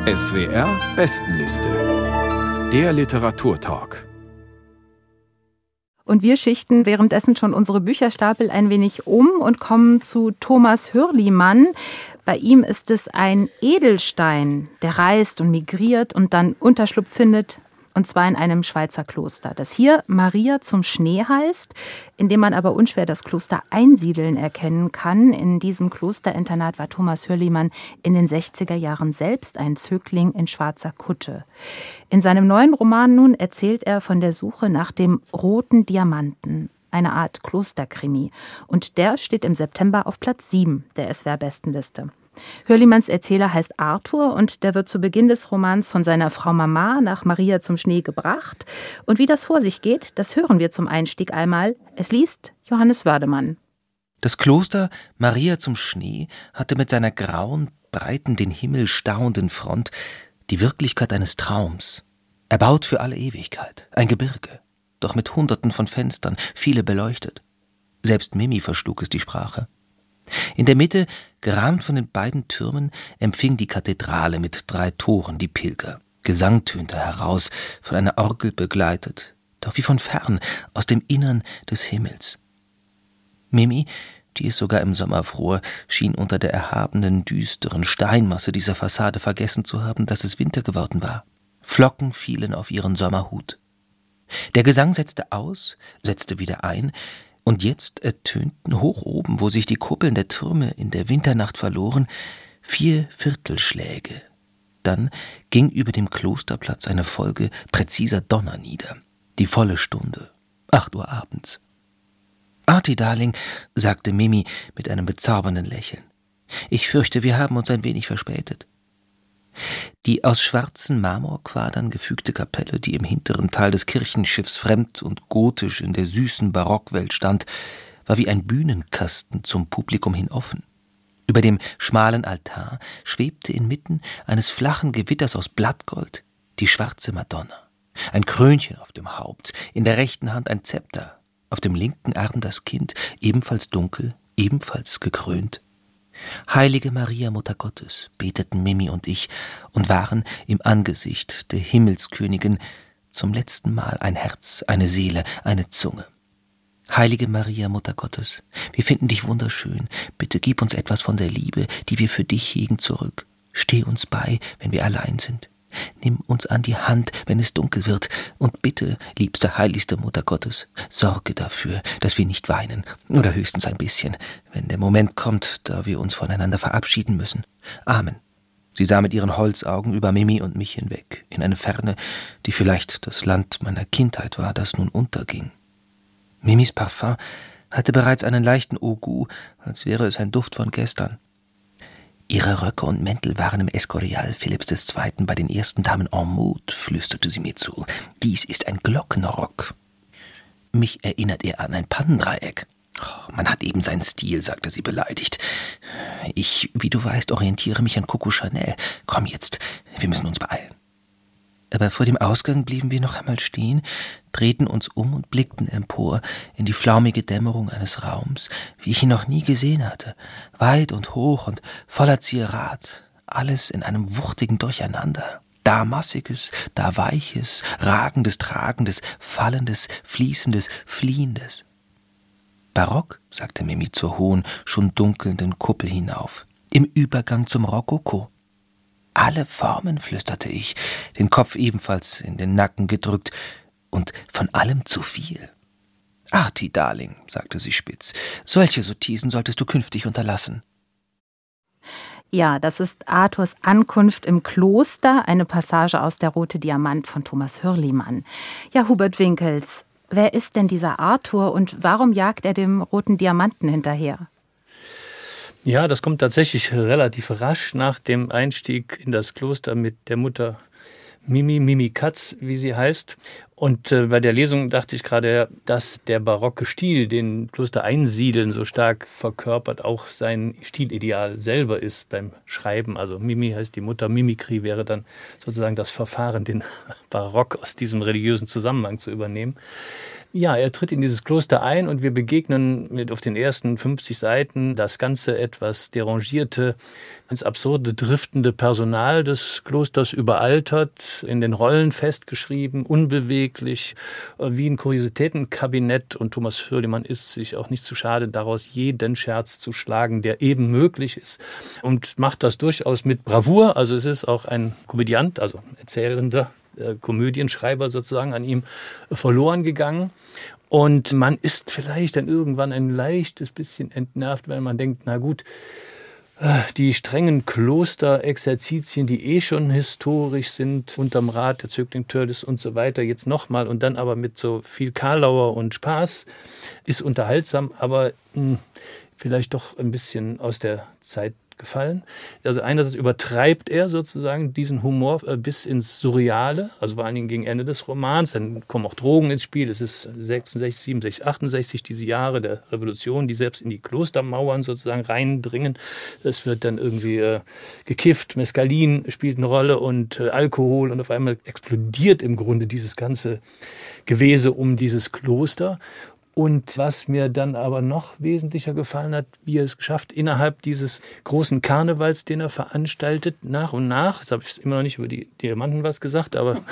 SWR Bestenliste. Der Literaturtalk. Und wir schichten währenddessen schon unsere Bücherstapel ein wenig um und kommen zu Thomas Hürlimann. Bei ihm ist es ein Edelstein, der reist und migriert und dann Unterschlupf findet, und zwar in einem Schweizer Kloster, das hier Maria zum Schnee heißt, in dem man aber unschwer das Kloster Einsiedeln erkennen kann. In diesem Klosterinternat war Thomas Hürlimann in den 60er Jahren selbst ein Zögling in schwarzer Kutte. In seinem neuen Roman nun erzählt er von der Suche nach dem roten Diamanten, eine Art Klosterkrimi. Und der steht im September auf Platz 7 der SWR-Bestenliste. Hürlimanns Erzähler heißt Arthur und der wird zu Beginn des Romans von seiner Frau Mama nach Maria zum Schnee gebracht. Und wie das vor sich geht, das hören wir zum Einstieg einmal. Es liest Johannes Wördemann. Das Kloster Maria zum Schnee hatte mit seiner grauen, breiten, den Himmel stauenden Front die Wirklichkeit eines Traums. Erbaut für alle Ewigkeit, ein Gebirge, doch mit Hunderten von Fenstern, viele beleuchtet. Selbst Mimi verschlug es die Sprache. In der Mitte, gerahmt von den beiden Türmen, empfing die Kathedrale mit 3 Toren die Pilger. Gesang tönte heraus, von einer Orgel begleitet, doch wie von fern, aus dem Innern des Himmels. Mimi, die es sogar im Sommer fror, schien unter der erhabenen, düsteren Steinmasse dieser Fassade vergessen zu haben, dass es Winter geworden war. Flocken fielen auf ihren Sommerhut. Der Gesang setzte aus, setzte wieder ein, und jetzt ertönten hoch oben, wo sich die Kuppeln der Türme in der Winternacht verloren, 4 Viertelschläge. Dann ging über dem Klosterplatz eine Folge präziser Donner nieder. Die volle Stunde, 8 Uhr abends. »Arti, Darling«, sagte Mimi mit einem bezaubernden Lächeln. »Ich fürchte, wir haben uns ein wenig verspätet.« Die aus schwarzen Marmorquadern gefügte Kapelle, die im hinteren Teil des Kirchenschiffs fremd und gotisch in der süßen Barockwelt stand, war wie ein Bühnenkasten zum Publikum hin offen. Über dem schmalen Altar schwebte inmitten eines flachen Gewitters aus Blattgold die schwarze Madonna. Ein Krönchen auf dem Haupt, in der rechten Hand ein Zepter, auf dem linken Arm das Kind, ebenfalls dunkel, ebenfalls gekrönt. »Heilige Maria, Mutter Gottes«, beteten Mimi und ich und waren im Angesicht der Himmelskönigin zum letzten Mal ein Herz, eine Seele, eine Zunge. »Heilige Maria, Mutter Gottes, wir finden dich wunderschön. Bitte gib uns etwas von der Liebe, die wir für dich hegen, zurück. Steh uns bei, wenn wir allein sind. Nimm uns an die Hand, wenn es dunkel wird. Und bitte, liebste, heiligste Mutter Gottes, sorge dafür, dass wir nicht weinen, oder höchstens ein bisschen, wenn der Moment kommt, da wir uns voneinander verabschieden müssen. Amen.« Sie sah mit ihren Holzaugen über Mimi und mich hinweg, in eine Ferne, die vielleicht das Land meiner Kindheit war, das nun unterging. Mimis Parfum hatte bereits einen leichten Ogout, als wäre es ein Duft von gestern. »Ihre Röcke und Mäntel waren im Escorial Philipps II. Bei den ersten Damen en mode«, flüsterte sie mir zu. »Dies ist ein Glockenrock.« »Mich erinnert er an ein Pannendreieck.« »Oh, man hat eben seinen Stil«, sagte sie beleidigt. »Ich, wie du weißt, orientiere mich an Coco Chanel. Komm jetzt, wir müssen uns beeilen.« Aber vor dem Ausgang blieben wir noch einmal stehen, drehten uns um und blickten empor in die flaumige Dämmerung eines Raums, wie ich ihn noch nie gesehen hatte, weit und hoch und voller Zierat, alles in einem wuchtigen Durcheinander. Da Massiges, da Weiches, Ragendes, Tragendes, Fallendes, Fließendes, Fliehendes. »Barock«, sagte Mimi zur hohen, schon dunkelnden Kuppel hinauf, »im Übergang zum Rokoko.« »Alle Formen«, flüsterte ich, den Kopf ebenfalls in den Nacken gedrückt, »und von allem zu viel.« »Arti, Darling«, sagte sie spitz, »solche Sottisen solltest du künftig unterlassen.« Ja, das ist Arthurs Ankunft im Kloster, eine Passage aus Der rote Diamant von Thomas Hürlimann. Ja, Hubert Winkels, wer ist denn dieser Arthur und warum jagt er dem roten Diamanten hinterher? Ja, das kommt tatsächlich relativ rasch nach dem Einstieg in das Kloster mit der Mutter Mimi Katz, wie sie heißt. Und bei der Lesung dachte ich gerade, dass der barocke Stil, den Kloster Einsiedeln so stark verkörpert, auch sein Stilideal selber ist beim Schreiben. Also Mimi heißt die Mutter, Mimikry wäre dann sozusagen das Verfahren, den Barock aus diesem religiösen Zusammenhang zu übernehmen. Ja, er tritt in dieses Kloster ein und wir begegnen auf den ersten 50 Seiten das ganze etwas derangierte, ins Absurde driftende Personal des Klosters, überaltert, in den Rollen festgeschrieben, unbeweglich, wie ein Kuriositätenkabinett. Und Thomas Hürlimann ist sich auch nicht zu schade, daraus jeden Scherz zu schlagen, der eben möglich ist, und macht das durchaus mit Bravour. Also es ist auch ein Komödiant, also erzählender Komödienschreiber sozusagen an ihm verloren gegangen. Und man ist vielleicht dann irgendwann ein leichtes bisschen entnervt, wenn man denkt, na gut, die strengen Klosterexerzitien, die schon historisch sind, unterm Rat der Zögling Törleß und so weiter, jetzt nochmal und dann aber mit so viel Karlauer und Spaß, ist unterhaltsam, aber vielleicht doch ein bisschen aus der Zeit gefallen. Also einerseits übertreibt er sozusagen diesen Humor bis ins Surreale, also vor allen Dingen gegen Ende des Romans. Dann kommen auch Drogen ins Spiel. Es ist 66, 67, 68, diese Jahre der Revolution, die selbst in die Klostermauern sozusagen reindringen. Es wird dann irgendwie gekifft, Mescalin spielt eine Rolle und Alkohol, und auf einmal explodiert im Grunde dieses ganze Gewese um dieses Kloster. Und was mir dann aber noch wesentlicher gefallen hat, wie er es geschafft, innerhalb dieses großen Karnevals, den er veranstaltet, nach und nach, jetzt habe ich immer noch nicht über die Diamanten was gesagt, aber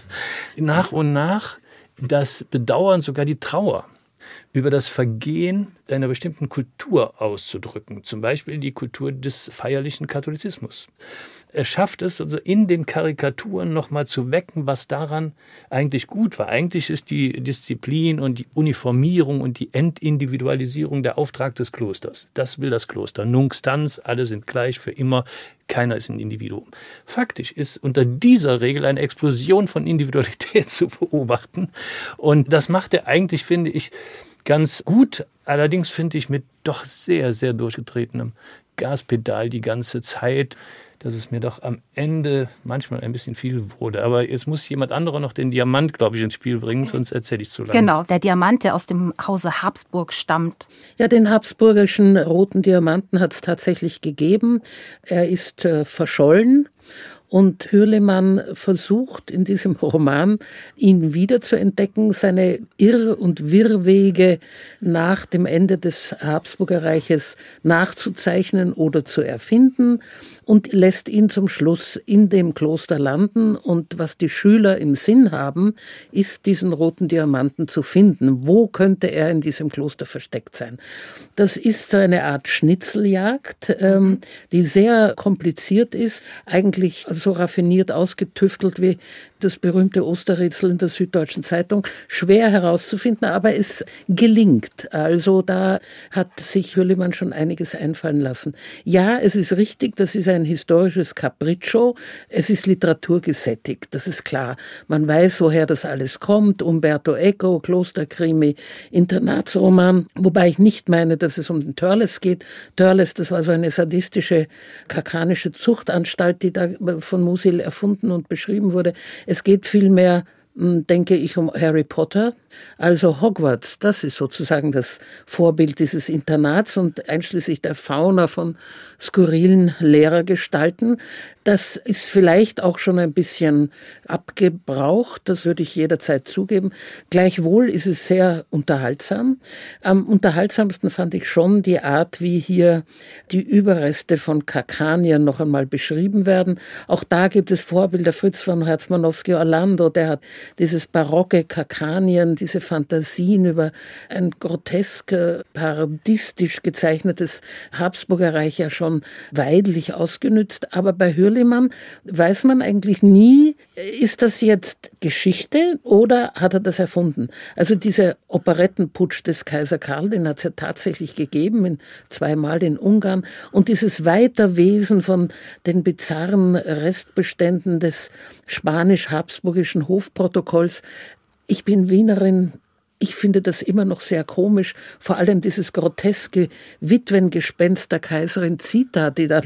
nach und nach das Bedauern, sogar die Trauer über das Vergehen einer bestimmten Kultur auszudrücken, zum Beispiel die Kultur des feierlichen Katholizismus. Er schafft es also in den Karikaturen nochmal zu wecken, was daran eigentlich gut war. Eigentlich ist die Disziplin und die Uniformierung und die Entindividualisierung der Auftrag des Klosters. Das will das Kloster. Nunc stans, alle sind gleich für immer, keiner ist ein Individuum. Faktisch ist unter dieser Regel eine Explosion von Individualität zu beobachten. Und das macht er eigentlich, finde ich, ganz gut. Allerdings finde ich mit doch sehr, sehr durchgetretenem Gaspedal die ganze Zeit, dass es mir doch am Ende manchmal ein bisschen viel wurde. Aber jetzt muss jemand anderer noch den Diamant, glaube ich, ins Spiel bringen, sonst erzähle ich zu lange. Genau, der Diamant, der aus dem Hause Habsburg stammt. Ja, den habsburgischen roten Diamanten hat es tatsächlich gegeben. Er ist verschollen. Und Hürlimann versucht in diesem Roman, ihn wiederzuentdecken, seine Irr- und Wirrwege nach dem Ende des Habsburgerreiches nachzuzeichnen oder zu erfinden und lässt ihn zum Schluss in dem Kloster landen. Und was die Schüler im Sinn haben, ist, diesen roten Diamanten zu finden. Wo könnte er in diesem Kloster versteckt sein? Das ist so eine Art Schnitzeljagd, die sehr kompliziert ist, eigentlich so raffiniert ausgetüftelt wie das berühmte Osterrätsel in der Süddeutschen Zeitung, schwer herauszufinden, aber es gelingt. Also da hat sich Hürlimann schon einiges einfallen lassen. Ja, es ist richtig, das ist ein historisches Capriccio, es ist literaturgesättigt, das ist klar. Man weiß, woher das alles kommt, Umberto Eco, Klosterkrimi, Internatsroman, wobei ich nicht meine, dass es um den Törleß geht. Törleß, das war so eine sadistische, karkanische Zuchtanstalt, die da von Musil erfunden und beschrieben wurde. Es geht vielmehr, denke ich, um Harry Potter. Also Hogwarts, das ist sozusagen das Vorbild dieses Internats und einschließlich der Fauna von skurrilen Lehrergestalten. Das ist vielleicht auch schon ein bisschen abgebraucht, das würde ich jederzeit zugeben. Gleichwohl ist es sehr unterhaltsam. Am unterhaltsamsten fand ich schon die Art, wie hier die Überreste von Karkanien noch einmal beschrieben werden. Auch da gibt es Vorbilder, Fritz von Herzmanowski-Orlando, der hat dieses barocke Karkanien, diese Fantasien über ein grotesk, parodistisch gezeichnetes Habsburgerreich ja schon weidlich ausgenützt. Aber bei Hürlimann weiß man eigentlich nie, ist das jetzt Geschichte oder hat er das erfunden? Also dieser Operettenputsch des Kaiser Karl, den hat es ja tatsächlich gegeben, zweimal in Ungarn. Und dieses Weiterwesen von den bizarren Restbeständen des spanisch-habsburgischen Hofprotokolls. Ich bin Wienerin, ich finde das immer noch sehr komisch, vor allem dieses groteske Witwengespenst der Kaiserin Zita, die dann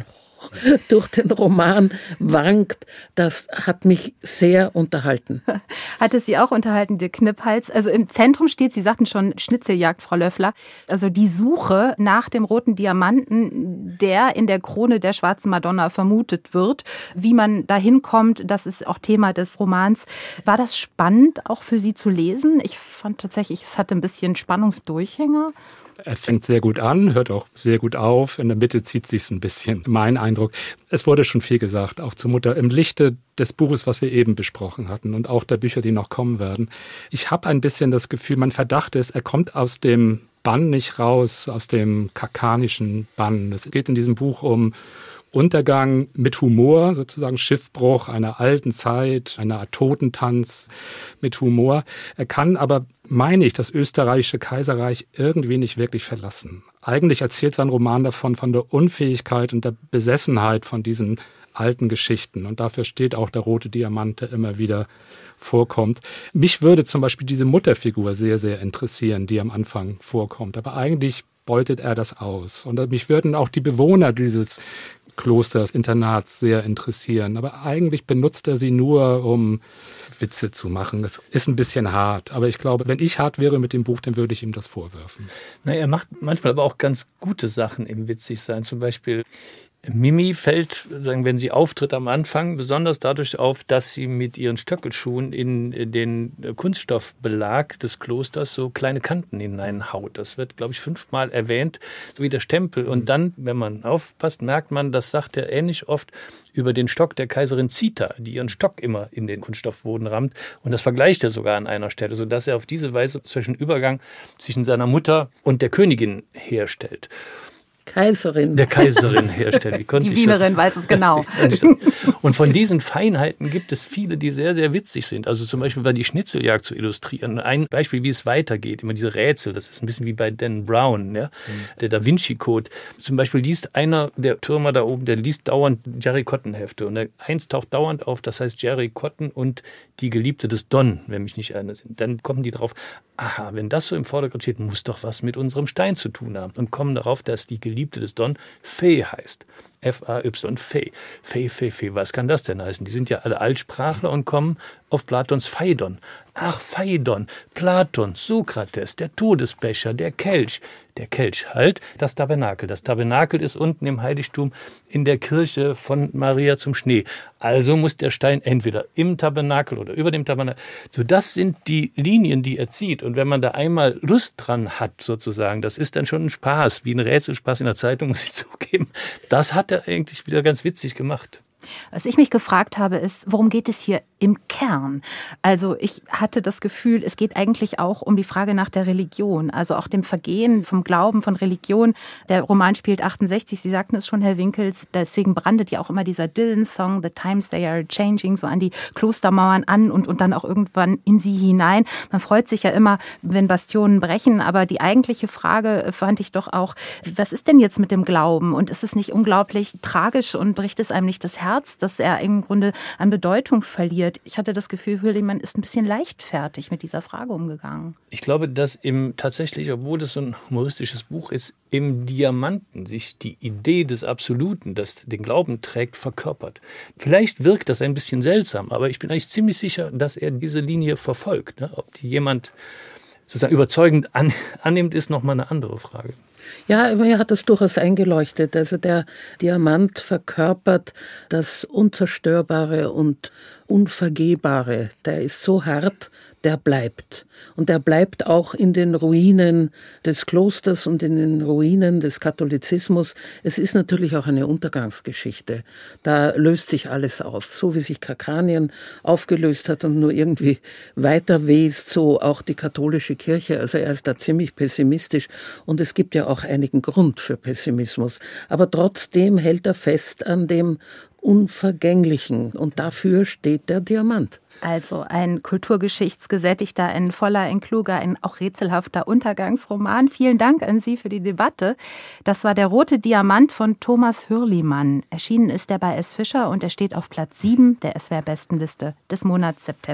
durch den Roman wankt, das hat mich sehr unterhalten. Hat es Sie auch unterhalten, Dirk Kniphals? Also im Zentrum steht, Sie sagten schon, Schnitzeljagd, Frau Löffler, also die Suche nach dem roten Diamanten, der in der Krone der schwarzen Madonna vermutet wird. Wie man da hinkommt, das ist auch Thema des Romans. War das spannend, auch für Sie zu lesen? Ich fand tatsächlich, es hatte ein bisschen Spannungsdurchhänger. Er fängt sehr gut an, hört auch sehr gut auf. In der Mitte zieht sich's ein bisschen. Mein Eindruck. Es wurde schon viel gesagt, auch zur Mutter. Im Lichte des Buches, was wir eben besprochen hatten und auch der Bücher, die noch kommen werden. Ich habe ein bisschen das Gefühl, mein Verdacht ist, er kommt aus dem Bann nicht raus, aus dem karkanischen Bann. Es geht in diesem Buch um Untergang mit Humor, sozusagen Schiffbruch einer alten Zeit, einer Art Totentanz mit Humor. Er kann aber, meine ich, das österreichische Kaiserreich irgendwie nicht wirklich verlassen. Eigentlich erzählt sein Roman davon, von der Unfähigkeit und der Besessenheit von diesen alten Geschichten. Und dafür steht auch der rote Diamant, der immer wieder vorkommt. Mich würde zum Beispiel diese Mutterfigur sehr, sehr interessieren, die am Anfang vorkommt. Aber eigentlich beutet er das aus. Und mich würden auch die Bewohner dieses Klosters, Internats sehr interessieren. Aber eigentlich benutzt er sie nur, um Witze zu machen. Das ist ein bisschen hart. Aber ich glaube, wenn ich hart wäre mit dem Buch, dann würde ich ihm das vorwerfen. Na, er macht manchmal aber auch ganz gute Sachen im Witzigsein. Zum Beispiel Mimi fällt, wenn sie auftritt am Anfang, besonders dadurch auf, dass sie mit ihren Stöckelschuhen in den Kunststoffbelag des Klosters so kleine Kanten hineinhaut. Das wird, glaube ich, 5-mal erwähnt, so wie der Stempel. Und dann, wenn man aufpasst, merkt man, das sagt er ähnlich oft über den Stock der Kaiserin Zita, die ihren Stock immer in den Kunststoffboden rammt. Und das vergleicht er sogar an einer Stelle, sodass er auf diese Weise Übergang zwischen seiner Mutter und der Königin herstellt. Der Kaiserin herstellen. Die Wienerin weiß es genau. Und von diesen Feinheiten gibt es viele, die sehr, sehr witzig sind. Also zum Beispiel bei die Schnitzeljagd zu illustrieren. Ein Beispiel, wie es weitergeht, immer diese Rätsel, das ist ein bisschen wie bei Dan Brown, ja? Der Da Vinci Code. Zum Beispiel liest einer der Türmer da oben, der liest dauernd Jerry Cotton Hefte. Und eins taucht dauernd auf, das heißt Jerry Cotton und die Geliebte des Don, wenn mich nicht erinnere sind. Dann kommen die drauf, aha, wenn das so im Vordergrund steht, muss doch was mit unserem Stein zu tun haben. Und kommen darauf, dass die Geliebte des Don Fay heißt. F-A-Y, Fay. Fay. Was kann das denn heißen? Die sind ja alle Altsprachler und kommen auf Platons Phaidon. Ach, Phaidon, Platon, Sokrates, der Todesbecher, der Kelch. Der Kelch halt, das Tabernakel. Das Tabernakel ist unten im Heiligtum in der Kirche von Maria zum Schnee. Also muss der Stein entweder im Tabernakel oder über dem Tabernakel. So, das sind die Linien, die er zieht. Und wenn man da einmal Lust dran hat, sozusagen, das ist dann schon ein Spaß, wie ein Rätselspaß in der Zeitung, muss ich zugeben. Das hat er eigentlich wieder ganz witzig gemacht. Was ich mich gefragt habe, ist, worum geht es hier im Kern? Also ich hatte das Gefühl, es geht eigentlich auch um die Frage nach der Religion, also auch dem Vergehen vom Glauben, von Religion. Der Roman spielt 68, Sie sagten es schon, Herr Winkels, deswegen brandet ja auch immer dieser Dylan-Song, The Times They Are Changing, so an die Klostermauern an und dann auch irgendwann in sie hinein. Man freut sich ja immer, wenn Bastionen brechen, aber die eigentliche Frage fand ich doch auch, was ist denn jetzt mit dem Glauben? Und ist es nicht unglaublich tragisch und bricht es einem nicht das Herz, dass er im Grunde an Bedeutung verliert? Ich hatte das Gefühl, Hürlimann ist ein bisschen leichtfertig mit dieser Frage umgegangen. Ich glaube, dass tatsächlich, obwohl das so ein humoristisches Buch ist, im Diamanten sich die Idee des Absoluten, das den Glauben trägt, verkörpert. Vielleicht wirkt das ein bisschen seltsam, aber ich bin eigentlich ziemlich sicher, dass er diese Linie verfolgt. Ne? Ob die jemand sozusagen überzeugend annimmt, ist nochmal eine andere Frage. Ja, mir hat das durchaus eingeleuchtet. Also der Diamant verkörpert das Unzerstörbare und Unvergehbare. Der ist so hart, der bleibt. Und der bleibt auch in den Ruinen des Klosters und in den Ruinen des Katholizismus. Es ist natürlich auch eine Untergangsgeschichte. Da löst sich alles auf. So wie sich Karkanien aufgelöst hat und nur irgendwie weiter west, so auch die katholische Kirche. Also er ist da ziemlich pessimistisch. Und es gibt ja auch einigen Grund für Pessimismus. Aber trotzdem hält er fest an dem Unvergänglichen. Und dafür steht der Diamant. Also ein kulturgeschichtsgesättigter, ein voller, ein kluger, ein auch rätselhafter Untergangsroman. Vielen Dank an Sie für die Debatte. Das war Der rote Diamant von Thomas Hürlimann. Erschienen ist er bei S. Fischer und er steht auf Platz 7 der SWR-Bestenliste des Monats September.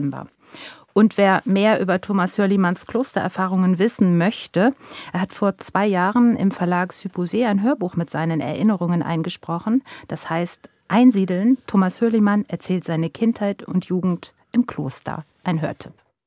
Und wer mehr über Thomas Hürlimanns Klostererfahrungen wissen möchte, er hat vor 2 Jahren im Verlag Supposé ein Hörbuch mit seinen Erinnerungen eingesprochen. Das heißt Einsiedeln. Thomas Hürlimann erzählt seine Kindheit und Jugend im Kloster. Ein Hörtipp.